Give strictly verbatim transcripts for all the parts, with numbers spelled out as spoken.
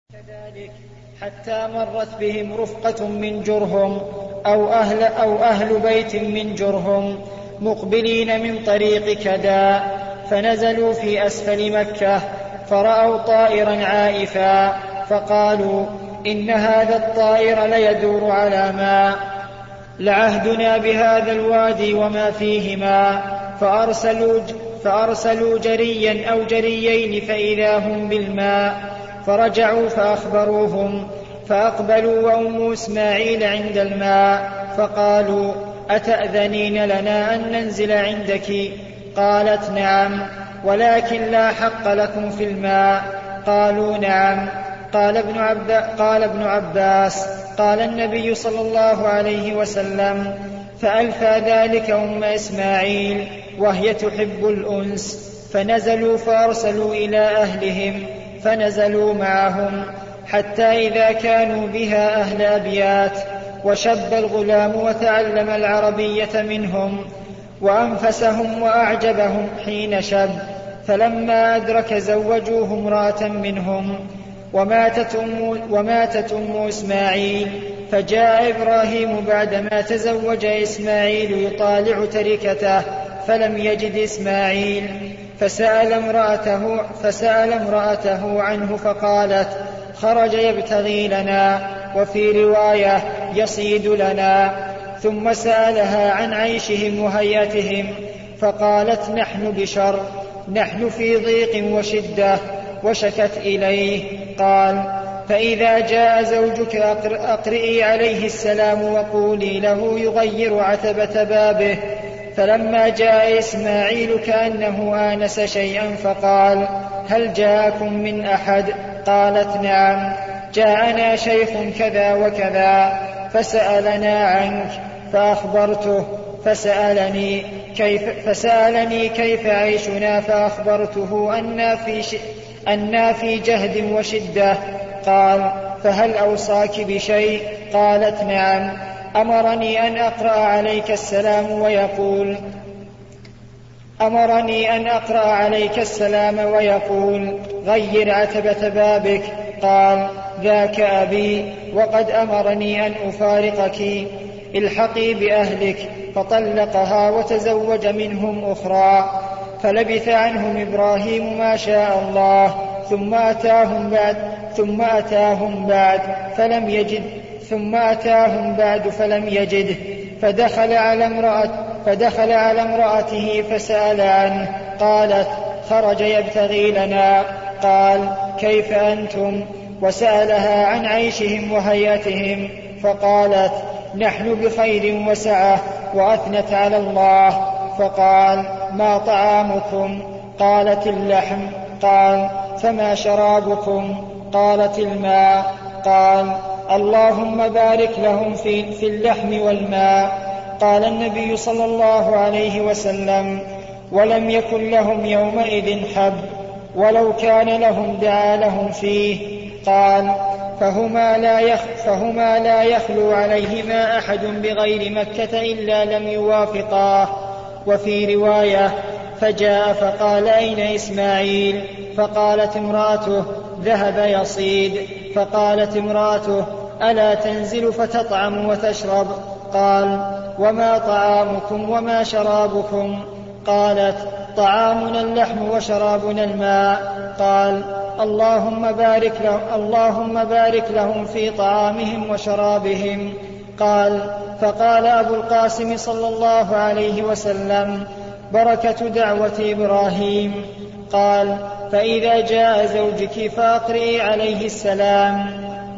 كذلك حتى مرت بهم رفقة من جرهم أو أهل, أو أهل بيت من جرهم مقبلين من طريق كدا، فنزلوا في أسفل مكة فرأوا طائرا عائفا فقالوا إن هذا الطائر ليدور على ماء، لعهدنا بهذا الوادي وما فيه ماء. فأرسلوا, فأرسلوا جريا أو جريين فإذا هم بالماء، فرجعوا فأخبروهم، فأقبلوا وأم إسماعيل عند الماء فقالوا أتأذنين لنا أن ننزل عندك؟ قالت نعم، ولكن لا حق لكم في الماء. قالوا نعم. قال ابن, عب... قال ابن عباس قال النبي صلى الله عليه وسلم فألفى ذلك أم إسماعيل وهي تحب الأنس، فنزلوا فأرسلوا إلى أهلهم فنزلوا معهم حتى إذا كانوا بها أهل أبيات، وشب الغلام وتعلم العربية منهم وأنفسهم وأعجبهم حين شب، فلما أدرك زوجوه امرأة منهم. وماتت أم, وماتت أم إسماعيل، فجاء إبراهيم بعدما تزوج إسماعيل يطالع تركته فلم يجد إسماعيل، فسأل امرأته, فسأل امرأته عنه فقالت خرج يبتغي لنا، وفي رواية يصيد لنا. ثم سألها عن عيشهم وهيئتهم فقالت نحن بشر، نحن في ضيق وشدة، وشكت إليه. قال فإذا جاء زوجك أقرئي عليه السلام وقولي له يغير عتبة بابه. فلما جاء إسماعيل كأنه آنس شيئا فقال هل جاءكم من أحد؟ قالت نعم، جاءنا شيخ كذا وكذا فسألنا عنك فأخبرته، فسألني كيف, فسألني كيف عيشنا فأخبرته أنا في, ش... أنا في جهد وشدة. قال فهل أوصاك بشيء؟ قالت نعم، أمرني أن أقرأ عليك السلام ويقول أمرني أن أقرأ عليك السلام ويقول غير عتبة بابك. قال ذاك أبي، وقد أمرني أن أفارقك، الحقي بأهلك. فطلقها وتزوج منهم أخرى. فلبث عنهم إبراهيم ما شاء الله، ثم أتاهم بعد ثم أتاهم بعد فلم يجد ثم أتاهم بعد فلم يجده، فدخل على امرأة فدخل على امرأته فسأل عنه. قالت خرج يبتغي لنا. قال كيف أنتم؟ وسألها عن عيشهم وهيئتهم فقالت نحن بخير وسعة، وأثنت على الله. فقال ما طعامكم؟ قالت اللحم. قال فما شرابكم؟ قالت الماء. قال اللهم بارك لهم في, في اللحم والماء. قال النبي صلى الله عليه وسلم ولم يكن لهم يومئذ حب، ولو كان لهم دعا لهم فيه. قال فهما لا, يخ فهما لا يخلو عليهما أحد بغير مكة إلا لم يوافقاه. وفي رواية فجاء فقال أين إسماعيل؟ فقالت امرأته ذهب يصيد. فقالت امرأته ألا تنزل فتطعم وتشرب؟ قال وما طعامكم وما شرابكم؟ قالت طعامنا اللحم وشرابنا الماء. قال اللهم بارك, له اللهم بارك لهم في طعامهم وشرابهم. قال فقال أبو القاسم صلى الله عليه وسلم بركة دعوة إبراهيم. قال فإذا جاء زوجك فأقرئي عليه السلام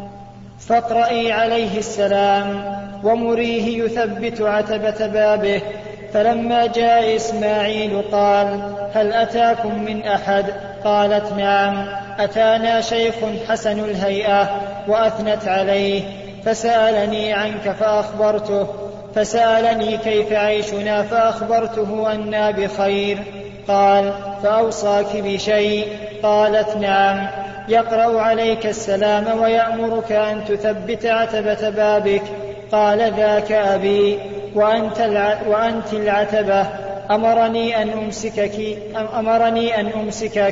فاقرئي عليه السلام ومريه يثبت عتبة بابه. فلما جاء إسماعيل قال هل أتاكم من أحد؟ قالت نعم، أتانا شيخ حسن الهيئة، وأثنت عليه. فسألني عنك فأخبرته، فسألني كيف عيشنا فأخبرته أنا بخير. قال فأوصاك بشيء؟ قالت نعم، يقرأ عليك السلام ويأمرك أن تثبت عتبة بابك. قال ذاك أبي، وأنت, الع... وأنت العتبة. أمرني أن أمسكك, أمرني أن أمسكك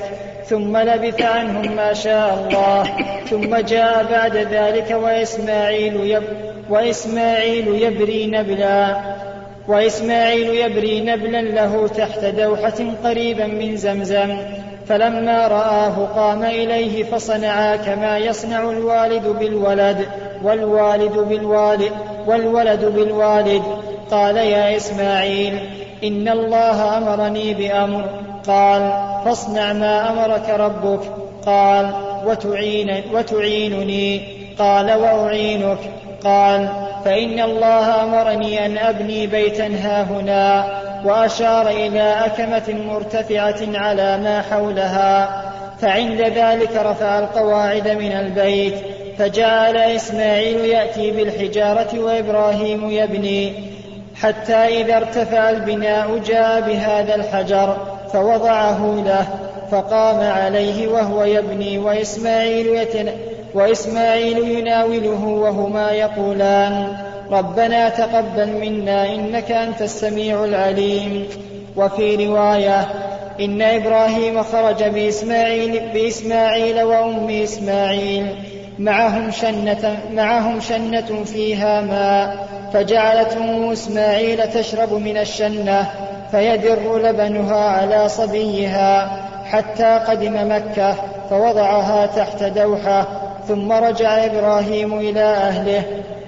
ثم لبث عنهم ما شاء الله. ثم جاء بعد ذلك وإسماعيل, يب وإسماعيل يبري نبلا وإسماعيل يبري نبلا له تحت دوحة قريبا من زمزم، فلما رآه قام إليه فصنعا كما يصنع الوالد بالولد والوالد بالوالد والولد بالوالد. قال يا إسماعيل إن الله أمرني بأمر. قال فاصنع ما أمرك ربك. قال وتعين وتعينني. قال وأعينك. قال فإن الله أمرني أن أبني بيتا هاهنا، وأشار إلى أكمة مرتفعة على ما حولها، فعند ذلك رفع القواعد من البيت، فجعل إسماعيل يأتي بالحجارة وإبراهيم يبني، حتى إذا ارتفع البناء جاء بهذا الحجر فوضعه له، فقام عليه وهو يبني وإسماعيل, يتن... وإسماعيل يناوله وهما يقولان ربنا تقبل منا إنك أنت السميع العليم. وفي رواية إن إبراهيم خرج بإسماعيل, بإسماعيل وأم إسماعيل معهم شنة, معهم شنة فيها ماء، فجعلت أم إسماعيل تشرب من الشنة فيدر لبنها على صبيها حتى قدم مكة فوضعها تحت دوحة. ثم رجع إبراهيم إلى أهله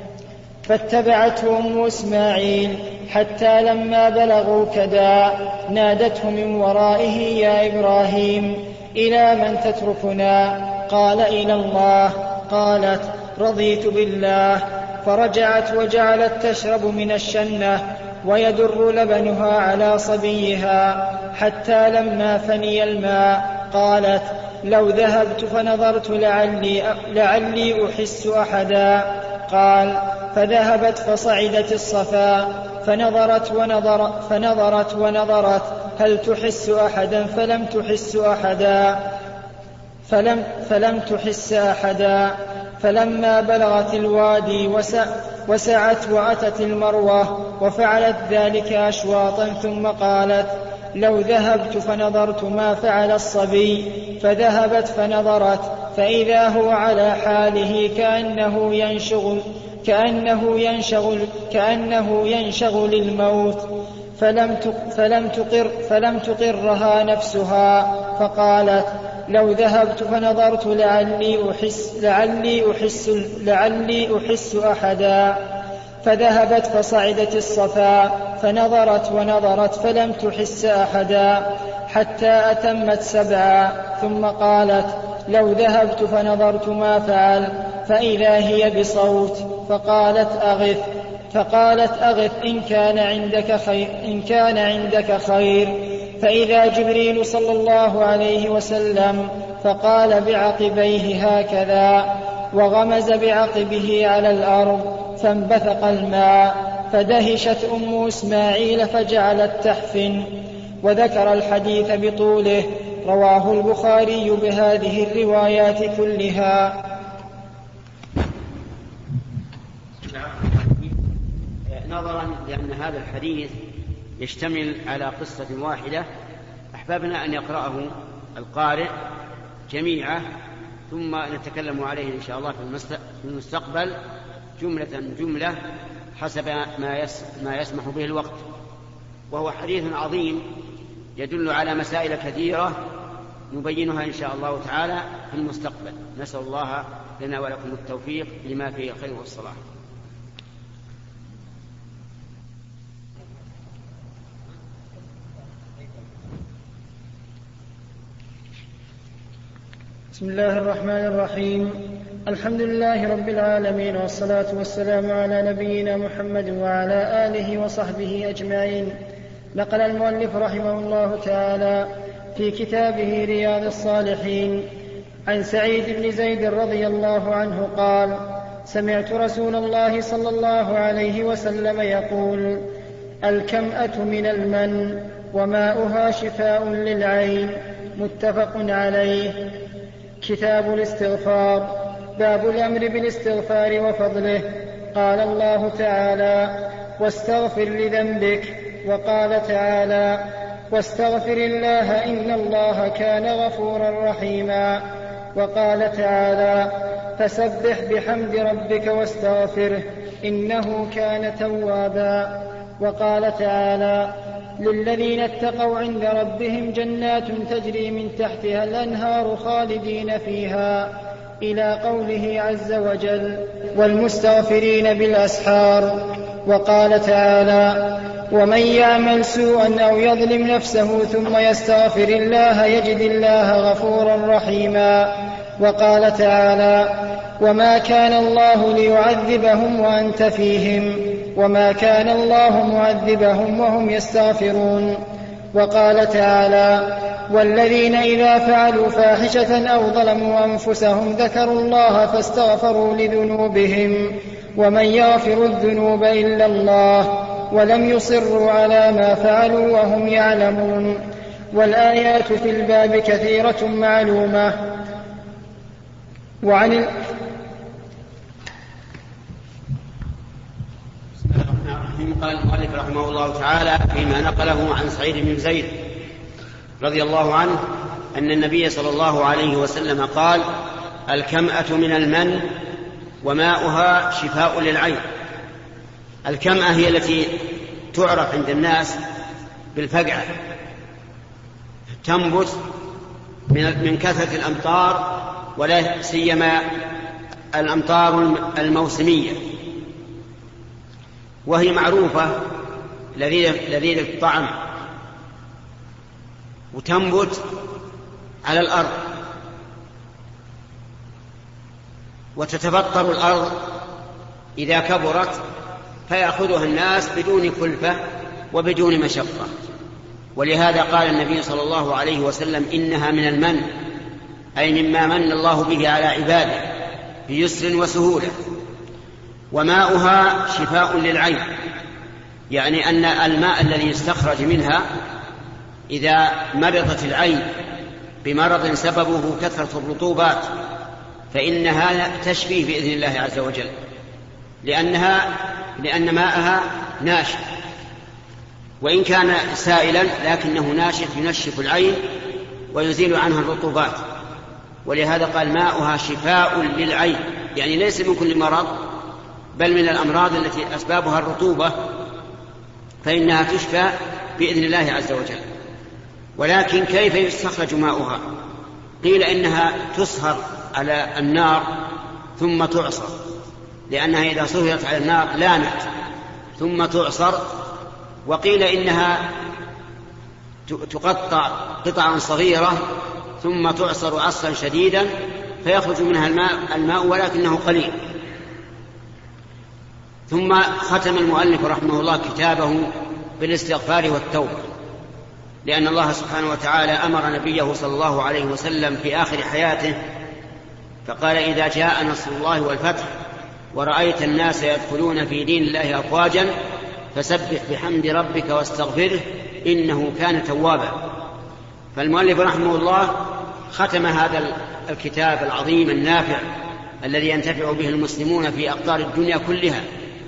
فاتبعته أم إسماعيل حتى لما بلغوا كدا نادته من ورائه يا إبراهيم إلى من تتركنا؟ قال إلى الله. قالت رضيت بالله. فرجعت وجعلت تشرب من الشنة ويدر لبنها على صبيها حتى لما فني الماء قالت لو ذهبت فنظرت لعلي, لعلي أحس أحدا. قال فذهبت فصعدت الصفا فنظرت ونظرت, فنظرت ونظرت هل تحس أحدا فلم تحس أحدا فلم, فلم تحس أحدا. فلما بلغت الوادي وسع وسعت وأتت المروة وفعلت ذلك أشواطا، ثم قالت لو ذهبت فنظرت ما فعل الصبي. فذهبت فنظرت فإذا هو على حاله كأنه ينشغل كأنه ينشغل كأنه ينشغل الموت، فلم فلم تقر فلم تقرها نفسها، فقالت لو ذهبت فنظرت لعلي أحس لعلي أحس لعلي أحس أحدا. فذهبت فصعدت الصفا فنظرت ونظرت فلم تحس أحدا حتى أتمت سبعا، ثم قالت لو ذهبت فنظرت ما فعل، فإذا هي بصوت، فقالت أغث فقالت أغث إن كان عندك خير إن كان عندك خير. فإذا جبريل صلى الله عليه وسلم فقال بعقبيه هكذا وغمز بعقبه على الأرض فانبثق الماء، فدهشت أم إسماعيل فجعلت تحفن. وذكر الحديث بطوله. رواه البخاري بهذه الروايات كلها. نظرا لأن هذا الحديث يشتمل على قصة واحدة أحببنا أن يقرأه القارئ جميعا، ثم نتكلم عليه إن شاء الله في المستقبل جملة جملة حسب ما يسمح به الوقت. وهو حديث عظيم يدل على مسائل كثيرة نبينها إن شاء الله تعالى في المستقبل. نسأل الله لنا ولكم التوفيق لما فيه الخير والصلاح. بسم الله الرحمن الرحيم. الحمد لله رب العالمين، والصلاة والسلام على نبينا محمد وعلى آله وصحبه أجمعين. نقل المؤلف رحمه الله تعالى في كتابه رياض الصالحين عن سعيد بن زيد رضي الله عنه قال: سمعت رسول الله صلى الله عليه وسلم يقول: الكمأة من المن وماؤها شفاء للعين. متفق عليه. كتاب الاستغفار. باب الأمر بالاستغفار وفضله. قال الله تعالى: واستغفر لذنبك. وقال تعالى: واستغفر الله إن الله كان غفورا رحيما. وقال تعالى فسبح بحمد ربك واستغفره إنه كان توابا. وقال تعالى للذين اتقوا عند ربهم جنات تجري من تحتها الأنهار خالدين فيها إلى قوله عز وجل والمستغفرين بالأسحار. وقال تعالى ومن يعمل سوءا أو يظلم نفسه ثم يستغفر الله يجد الله غفورا رحيما. وقال تعالى وما كان الله ليعذبهم وأنت فيهم وما كان الله معذبهم وهم يستغفرون. وقال تعالى والذين إذا فعلوا فاحشة أو ظلموا أنفسهم ذكروا الله فاستغفروا لذنوبهم ومن يغفر الذنوب إلا الله ولم يصروا على ما فعلوا وهم يعلمون. والآيات في الباب كثيرة معلومة. وعن ال... قال المؤلف رحمه الله تعالى فيما نقله عن سعيد بن زيد رضي الله عنه أن النبي صلى الله عليه وسلم قال الكمأة من المن وماؤها شفاء للعين. الكمأة هي التي تعرف عند الناس بالفقعة، تنبت من كثرة الأمطار ولا سيما الأمطار الموسمية، وهي معروفة لذيذ الطعم وتنبت على الأرض وتتبطر الأرض إذا كبرت فيأخذها الناس بدون كلفة وبدون مشقة. ولهذا قال النبي صلى الله عليه وسلم إنها من المن، أي مما من الله به على عباده بيسر وسهولة. وماؤها شفاء للعين، يعني أن الماء الذي يستخرج منها إذا مرضت العين بمرض سببه كثرة الرطوبات فإنها تشفيه بإذن الله عز وجل، لأنها لأن ماءها ناشف، وإن كان سائلا لكنه ناشف ينشف العين ويزيل عنها الرطوبات. ولهذا قال ماؤها شفاء للعين، يعني ليس من كل مرض بل من الأمراض التي أسبابها الرطوبة فإنها تشفى بإذن الله عز وجل. ولكن كيف يستخرج ماؤها؟ قيل إنها تصهر على النار ثم تعصر، لأنها إذا صهرت على النار لانت ثم تعصر. وقيل إنها تقطع قطعا صغيرة ثم تعصر عصرا شديدا فيخرج منها الماء, الماء ولكنه قليل. ثم ختم المؤلف رحمه الله كتابه بالاستغفار والتوبة، لأن الله سبحانه وتعالى أمر نبيه صلى الله عليه وسلم في آخر حياته فقال إذا جاء نصر الله والفتح ورأيت الناس يدخلون في دين الله أفواجا فسبح بحمد ربك واستغفره إنه كان توابا. فالمؤلف رحمه الله ختم هذا الكتاب العظيم النافع الذي ينتفع به المسلمون في أقطار الدنيا كلها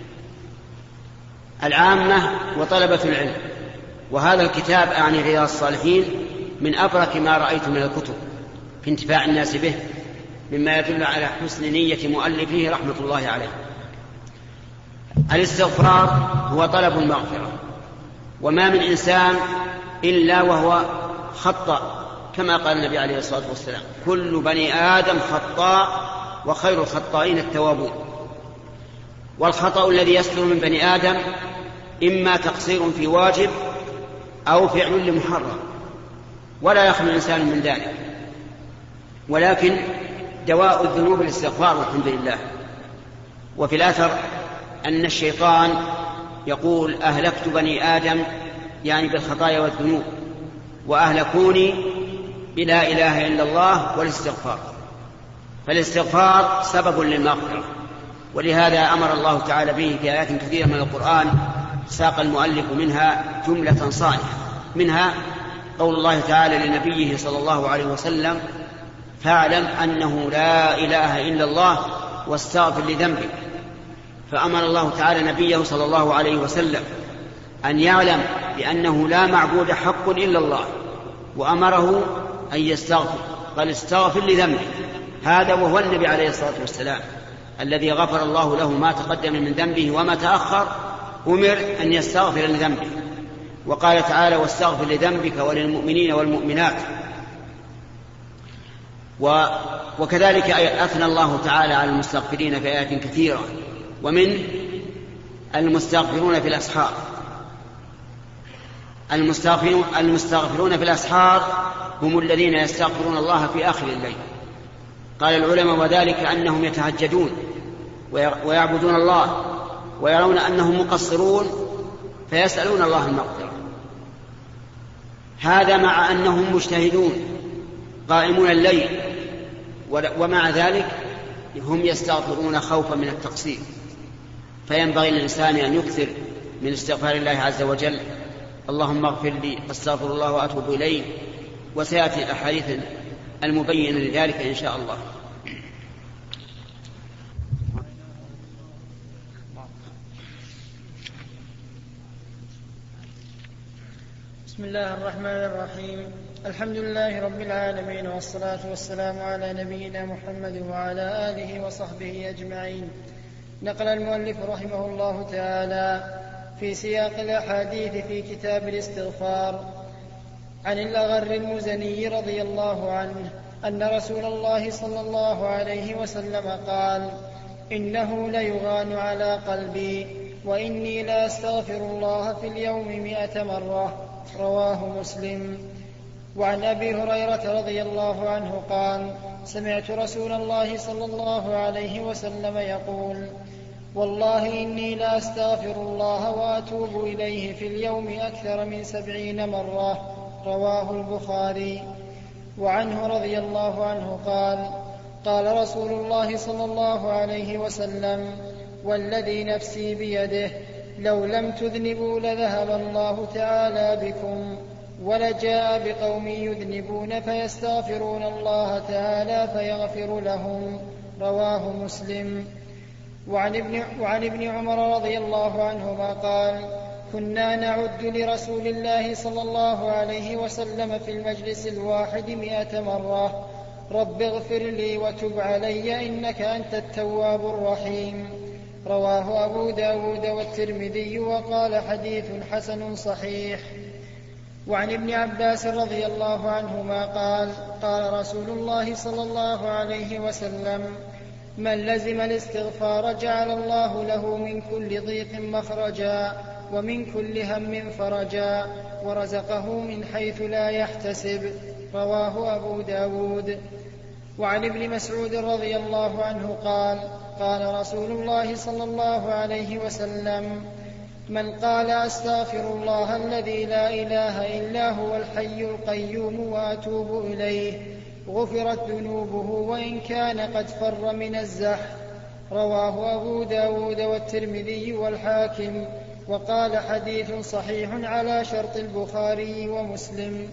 العامة وطلبة العلم. وهذا الكتاب أعني رياض الصالحين من أبرك ما رأيت من الكتب في انتفاع الناس به، مما يدل على حسن نية مؤلفه رحمة الله عليه. الاستغفار هو طلب المغفرة، وما من إنسان إلا وهو خطأ، كما قال النبي عليه الصلاة والسلام كل بني آدم خطاء وخير الخطائين التوابون. والخطأ الذي يصدر من بني آدم إما تقصير في واجب أو فعل لمحرم، ولا يخلو الإنسان من ذلك. ولكن دواء الذنوب الاستغفار والحمد لله. وفي الأثر أن الشيطان يقول أهلكت بني آدم يعني بالخطايا والذنوب، وأهلكوني بلا إله إلا الله والاستغفار. فالاستغفار سبب للمغفرة، ولهذا أمر الله تعالى به في آيات كثيرة من القرآن ساق المؤلف منها جملة صالحة. منها قول الله تعالى لنبيه صلى الله عليه وسلم فاعلم أنه لا إله إلا الله واستغفر لذنبك. فأمر الله تعالى نبيه صلى الله عليه وسلم أن يعلم لأنه لا معبود حق إلا الله، وأمره أن يستغفر، قال استغفر لذنبه. هذا وهو النبي عليه الصلاة والسلام الذي غفر الله له ما تقدم من ذنبه وما تأخر، أمر أن يستغفر لذنبه. وقال تعالى واستغفر لذنبك وللمؤمنين والمؤمنات. وكذلك أثنى الله تعالى على المستغفرين في آيات كثيرة، ومن المستغفرون في الأسحار. المستغفرون, المستغفرون في الأسحار هم الذين يستغفرون الله في آخر الليل. قال العلماء وذلك أنهم يتهجدون ويعبدون الله ويرون أنهم مقصرون فيسألون الله المغفرة، هذا مع أنهم مجتهدون قائمون الليل، ومع ذلك هم يستغفرون خوفا من التقصير. فينبغي للإنسان أن يكثر من استغفار الله عز وجل، اللهم اغفر لي أستغفر الله وأتوب إليه. وسيأتي الأحاديث المبينة لذلك إن شاء الله. بسم الله الرحمن الرحيم. الحمد لله رب العالمين، والصلاة والسلام على نبينا محمد وعلى آله وصحبه أجمعين. نقل المؤلف رحمه الله تعالى في سياق الأحاديث في كتاب الاستغفار عن الأغر المزني رضي الله عنه أن رسول الله صلى الله عليه وسلم قال: إنه ليغان على قلبي وإني لا أستغفر الله في اليوم مئة مرة. رواه مسلم. وعن أبي هريرة رضي الله عنه قال: سمعت رسول الله صلى الله عليه وسلم يقول: والله إني لا أستغفر الله وأتوب إليه في اليوم أكثر من سبعين مرة. رواه البخاري. وعنه رضي الله عنه قال: قال رسول الله صلى الله عليه وسلم: والذي نفسي بيده لو لم تذنبوا لذهب الله تعالى بكم ولجاء بقوم يذنبون فيستغفرون الله تعالى فيغفر لهم. رواه مسلم. وعن ابن, وعن ابن عمر رضي الله عنهما قال: كنا نعد لرسول الله صلى الله عليه وسلم في المجلس الواحد مئة مرة: رب اغفر لي وتب علي إنك أنت التواب الرحيم. رواه أبو داود والترمذي وقال حديث حسن صحيح. وعن ابن عباس رضي الله عنهما قال: قال رسول الله صلى الله عليه وسلم: من لزم الاستغفار جعل الله له من كل ضيق مخرجا ومن كل هم فرجا ورزقه من حيث لا يحتسب. رواه أبو داود. وعن ابن مسعود رضي الله عنه قال: قال رسول الله صلى الله عليه وسلم: من قال أستغفر الله الذي لا إله إلا هو الحي القيوم وأتوب إليه غفرت ذنوبه وإن كان قد فر من الزحف. رواه أبو داود والترمذي والحاكم وقال حديث صحيح على شرط البخاري ومسلم.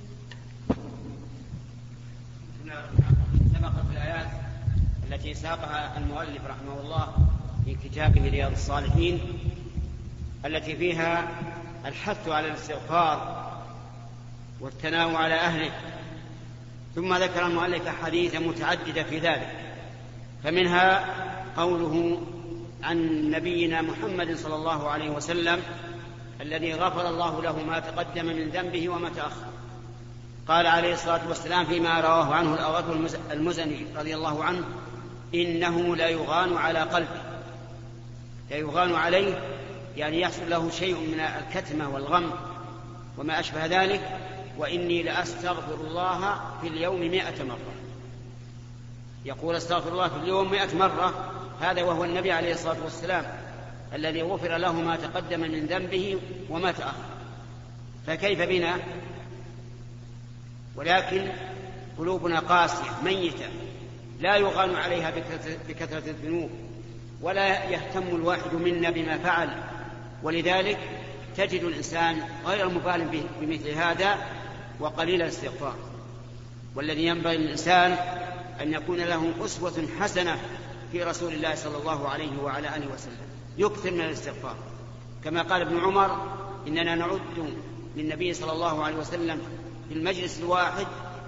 سبقت الآيات التي ساقها المؤلف رحمه الله في كتابه رياض الصالحين التي فيها الحث على الاستغفار والثناء على أهله، ثم ذكر المؤلف حديث متعددة في ذلك، فمنها قوله عن نبينا محمد صلى الله عليه وسلم الذي غفر الله له ما تقدم من ذنبه وما تأخر. قال عليه الصلاة والسلام فيما رواه عنه الأغر المزني رضي الله عنه: إنه لا يغان على قلبه، لا يغان عليه يعني يحصل له شيء من الكتمة والغم وما أشبه ذلك، وإني لأستغفر الله في اليوم مئة مرة. يقول استغفر الله في اليوم مئة مرة، هذا وهو النبي عليه الصلاة والسلام الذي غفر له ما تقدم من ذنبه وما تأخر، فكيف بنا؟ ولكن قلوبنا قاسية ميتة لا يغان عليها بكثرة الذنوب، ولا يهتم الواحد منا بما فعل، ولذلك تجد الإنسان غير مبال بمثل هذا وقليل الاستغفار. والذي ينبغي للإنسان أن يكون له أسوة حسنة في رسول الله صلى الله عليه وعلى آله وسلم، يكثر من الاستغفار، كما قال ابن عمر: إننا نعد للنبي صلى الله عليه وسلم في المجلس الواحد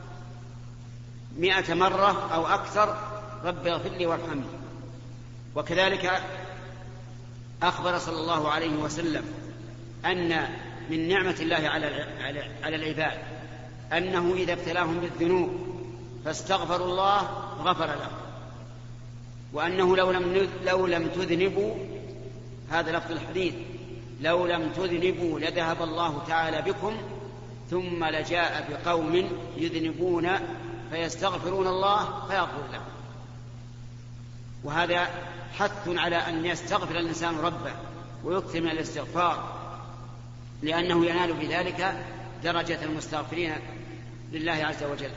مئة مرة أو أكثر: رب اغفر لي وارحمني. وكذلك أخبر صلى الله عليه وسلم أن من نعمة الله على العباد أنه إذا ابتلاهم بالذنوب فاستغفروا الله غفر لهم، وأنه لو لم, لو لم تذنبوا، هذا لفظ الحديث، لو لم تذنبوا لذهب الله تعالى بكم ثم لجاء بقوم يذنبون فيستغفرون الله فيغفر لهم. وهذا حث على أن يستغفر الإنسان ربه ويكثر من الاستغفار، لأنه ينال بذلك درجة المستغفرين لله عز وجل.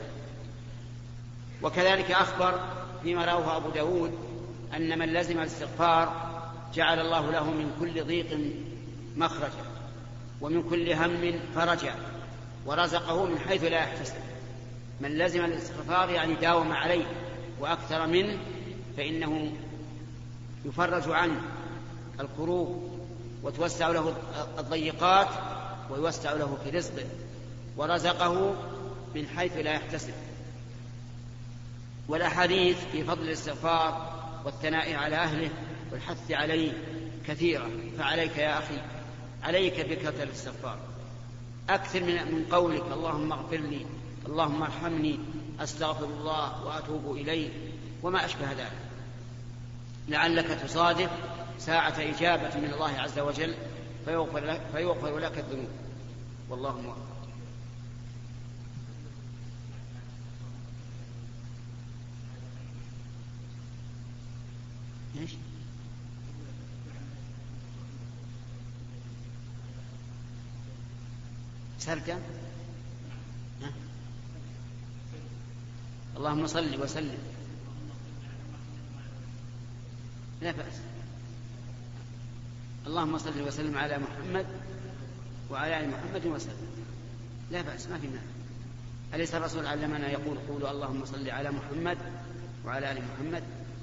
وكذلك أخبر فيما رواه أبو داود أن من لزم الاستغفار جعل الله له من كل ضيق مخرجا ومن كل هم فرجا ورزقه من حيث لا يحتسب. من لزم الاستغفار يعني داوم عليه وأكثر منه فإنه يفرج عنه الكروب وتوسع له الضيقات ويوسع له في رزقه ورزقه من حيث لا يحتسب. والأحاديث في فضل الاستغفار والثناء على أهله والحث عليه كثيرة، فعليك يا أخي عليك بكثرة الاستغفار، أكثر من قولك اللهم اغفر لي، اللهم ارحمني، أستغفر الله وأتوب إليه وما أشبه ذلك، لعلك تصادف ساعة إجابة من الله عز وجل فيغفر لك, فيغفر لك الذنوب. والله موفق. ايش؟ سرجا؟ اللهم صل وسلم، لا بأس. اللهم صل وسلم على محمد وعلى آل محمد وسلم، لا بأس، ما في مانع. أليس الرسول علمنا يقول قولوا اللهم صل على محمد وعلى آل محمد؟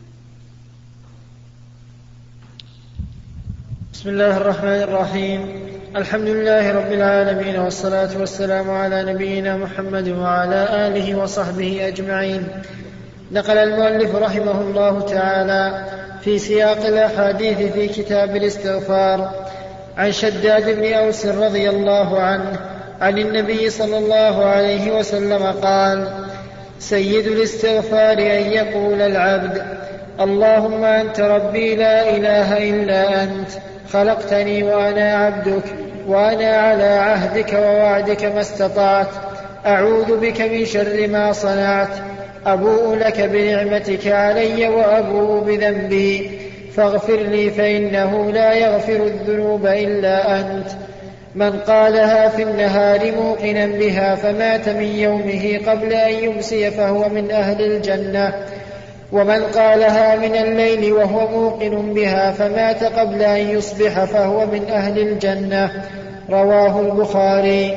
بسم الله الرحمن الرحيم. الحمد لله رب العالمين، والصلاة والسلام على نبينا محمد وعلى آله وصحبه أجمعين. نقل المؤلف رحمه الله تعالى في سياق الأحاديث في كتاب الاستغفار عن شداد بن أوس رضي الله عنه عن النبي صلى الله عليه وسلم قال: سيد الاستغفار أن يقول العبد: اللهم أنت ربي لا إله إلا أنت، خلقتني وأنا عبدك، وأنا على عهدك ووعدك ما استطعت، أعوذ بك من شر ما صنعت، أبوء لك بنعمتك علي وأبوء بذنبي، فاغفر لي فإنه لا يغفر الذنوب إلا أنت. من قالها في النهار موقنا بها فمات من يومه قبل أن يمسي فهو من أهل الجنة، ومن قالها من الليل وهو موقن بها فمات قبل أن يصبح فهو من أهل الجنة. رواه البخاري.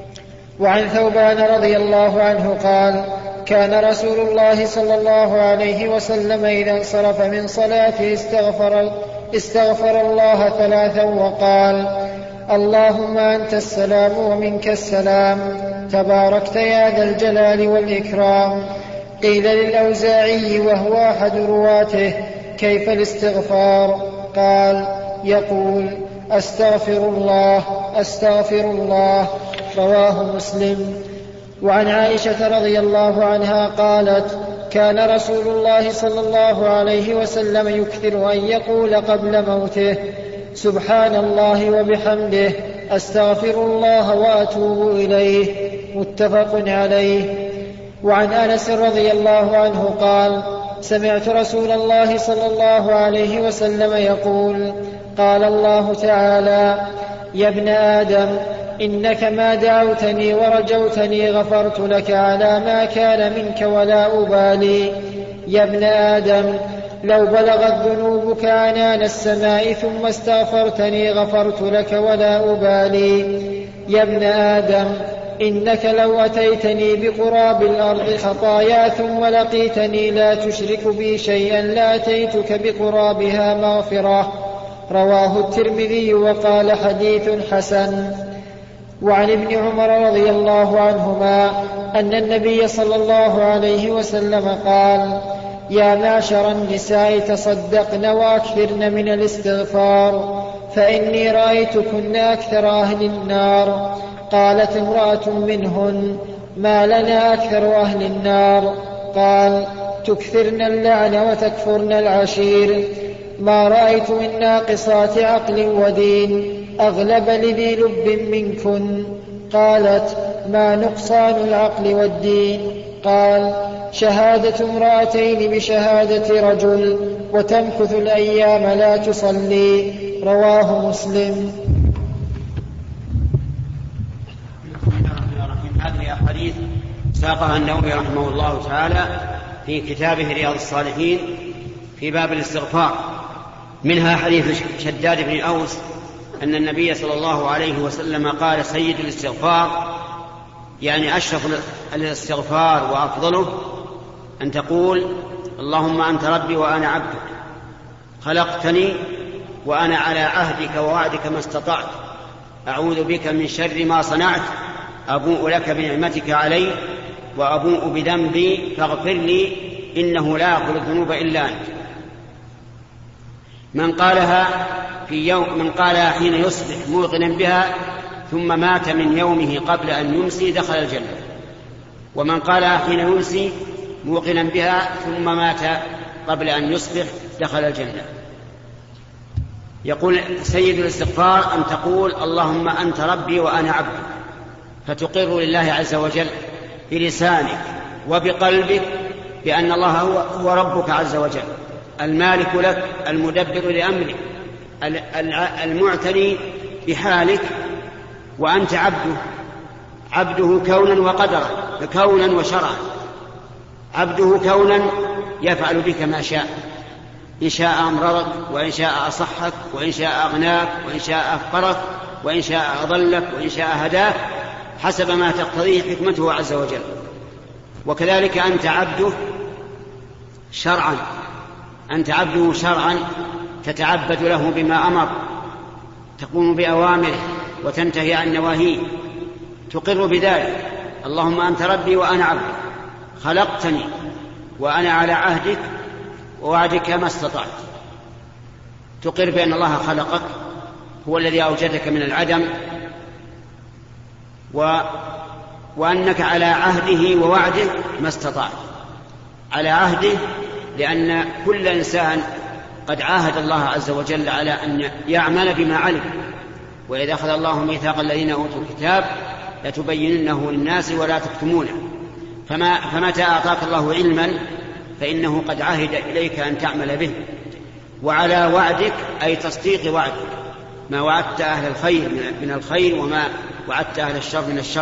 وعن ثوبان رضي الله عنه قال: كان رسول الله صلى الله عليه وسلم إذا انصرف من صلاته استغفر, استغفر الله ثلاثا وقال: اللهم أنت السلام ومنك السلام، تباركت يا ذا الجلال والإكرام. قيل للأوزاعي وهو أحد رواته: كيف الاستغفار؟ قال: يقول: أستغفر الله أستغفر الله. رواه مسلم. وعن عائشة رضي الله عنها قالت: كان رسول الله صلى الله عليه وسلم يكثر أن يقول قبل موته: سبحان الله وبحمده، أستغفر الله وأتوب إليه. متفق عليه. وعن أنس رضي الله عنه قال: سمعت رسول الله صلى الله عليه وسلم يقول: قال الله تعالى: يا ابن آدم، إنك ما دعوتني ورجوتني غفرت لك على ما كان منك ولا أبالي. يا ابن آدم، لو بلغت ذنوبك عنان السماء ثم استغفرتني غفرت لك ولا أبالي. يا ابن آدم، إنك لو أتيتني بقراب الأرض خطايا ثم لقيتني لا تشرك بي شيئا لأتيتك بقرابها مغفرة. رواه الترمذي وقال حديث حسن. وعن ابن عمر رضي الله عنهما أن النبي صلى الله عليه وسلم قال: يا معشر النساء تصدقن وأكثرن من الاستغفار فإني رأيتكن أكثر أهل النار. قالت امرأة منهن: ما لنا أكثر أهل النار؟ قال: تكثرن اللعن وتكفرن العشير. ما رأيت من ناقصات عقل ودين أغلب لذي لب منكن. قالت: ما نقصان العقل والدين؟ قال: شهادة امرأتين بشهادة رجل وتمكث الأيام لا تصلي. رواه مسلم. هذه أحاديث ساقها النووي رحمه الله تعالى في كتابه رياض الصالحين في باب الاستغفار. منها حديث شداد بن أوس أن النبي صلى الله عليه وسلم قال: سيد الاستغفار، يعني أشرف الاستغفار وأفضله، أن تقول: اللهم أنت ربي وأنا عبدك، خلقتني وأنا على عهدك ووعدك ما استطعت، أعوذ بك من شر ما صنعت، أبوء لك بنعمتك علي وأبوء بذنبي فاغفر لي إنه لا يغفر الذنوب إلا أنت. من قالها في يوم من قالها حين يصبح موقنا بها ثم مات من يومه قبل أن يمسي دخل الجنة، ومن قالها حين يمسي موقنا بها ثم مات قبل أن يصبح دخل الجنة. يقول سيد الاستغفار أن تقول: اللهم أنت ربي وأنا عبدك، فتقر لله عز وجل بلسانك وبقلبك بأن الله هو, هو ربك عز وجل، المالك لك، المدبر لأمرك، المعتني بحالك، وأنت عبده، عبده كونا وقدرا، كونا وشرعا. عبده كونا يفعل بك ما شاء، إن شاء أمرضك، وإن شاء أصحك، وإن شاء أغناك، وإن شاء أفقرك، وإن شاء أضلك، وإن شاء هداك، حسب ما تقتضيه حكمته عز وجل. وكذلك أنت عبده شرعا، أنت عبده شرعا، تتعبد له بما أمر، تقوم بأوامره وتنتهي عن نواهيه، تقر بذلك: اللهم أنت ربي وأنا عبدك، خلقتني وأنا على عهدك ووعدك ما استطعت. تقر بأن الله خلقك، هو الذي أوجدك من العدم، و... وأنك على عهده ووعده ما استطعت. على عهده لأن كل إنسان قد عاهد الله عز وجل على أن يعمل بما علم، وإذا أخذ الله ميثاق الذين أوتوا الكتاب لتبيننه للناس ولا تكتمونه. فما فمتى أعطاك الله علما فإنه قد عهد إليك أن تعمل به. وعلى وعدك أي تصديق وعدك، ما وعدت أهل الخير من الخير وما وعدت أهل الشر من الشر.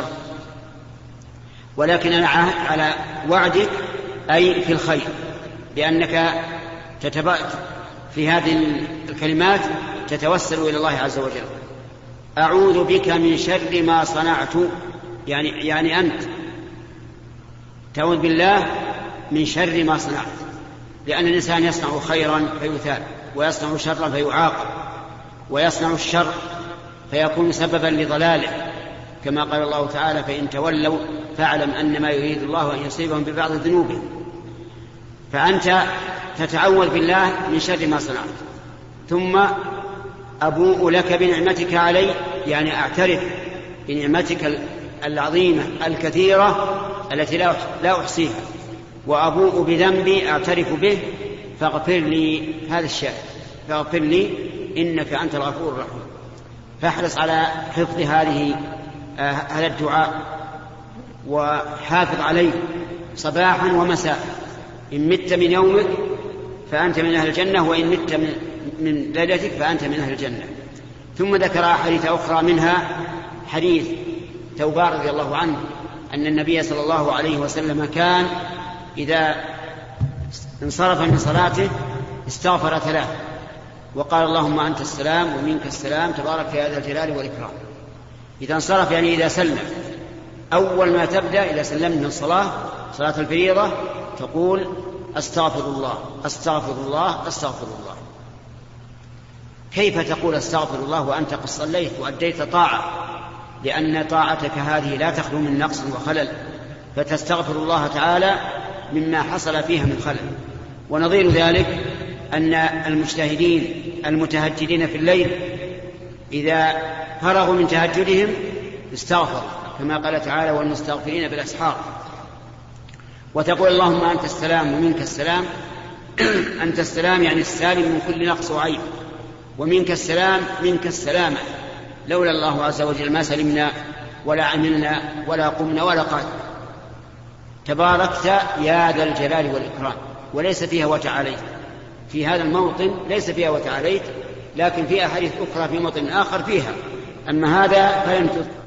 ولكن أنا عهد على وعدك أي في الخير، لأنك تتبعت في هذه الكلمات تتوسل إلى الله عز وجل. أعوذ بك من شر ما صنعت، يعني, يعني أنت تعوذ بالله من شر ما صنعت، لأن الإنسان يصنع خيرا فيثاب، ويصنع شرا فيعاقب، ويصنع الشر فيكون سببا لضلاله، كما قال الله تعالى: فإن تولوا فاعلم أن ما يريد الله أن يصيبهم ببعض ذنوبهم. فأنت تتعوذ بالله من شر ما صنعت. ثم أبوء لك بنعمتك علي، يعني أعترف بنعمتك العظيمة الكثيرة التي لا أحصيها، وأبوء بذنبي أعترف به فاغفر لي هذا الشيء، فاغفر لي إنك أنت الغفور الرحيم. فاحرص على حفظ هذه آه هذا الدعاء وحافظ عليه صباحا ومساء. إن مت من يومك فأنت من أهل الجنة، وإن مت من, من ليلتك فأنت من أهل الجنة. ثم ذكر حديث أخرى، منها حديث ثوبان رضي الله عنه أن النبي صلى الله عليه وسلم كان إذا انصرف من صلاته استغفر ثلاث وقال: اللهم أنت السلام ومنك السلام تبارك يا ذا الجلال والإكرام. إذا انصرف يعني إذا سلم، أول ما تبدأ إذا سلمت من الصلاة صلاة الفريضة تقول: أستغفر الله أستغفر الله أستغفر الله. كيف تقول استغفر الله وأنت قد صليت وأديت طاعة؟ لأن طاعتك هذه لا تخلو من نقص وخلل، فتستغفر الله تعالى مما حصل فيها من خلل. ونظير ذلك أن المجتهدين المتهجدين في الليل إذا فرغوا من تهجدهم استغفر، كما قال تعالى والمستغفرين بالأسحار. وتقول اللهم أنت السلام ومنك السلام. أنت السلام يعني السالم من كل نقص وعيب، ومنك السلام منك السلامة، لولا الله عز وجل ما سلمنا ولا عملنا ولا قمنا ولا قعدنا. تباركت يا ذا الجلال والإكرام، وليس فيها وتعاليت. في هذا الموطن ليس فيها وتعاليت، لكن في أحاديث أخرى في موطن آخر فيها، أما هذا فلم تذكر.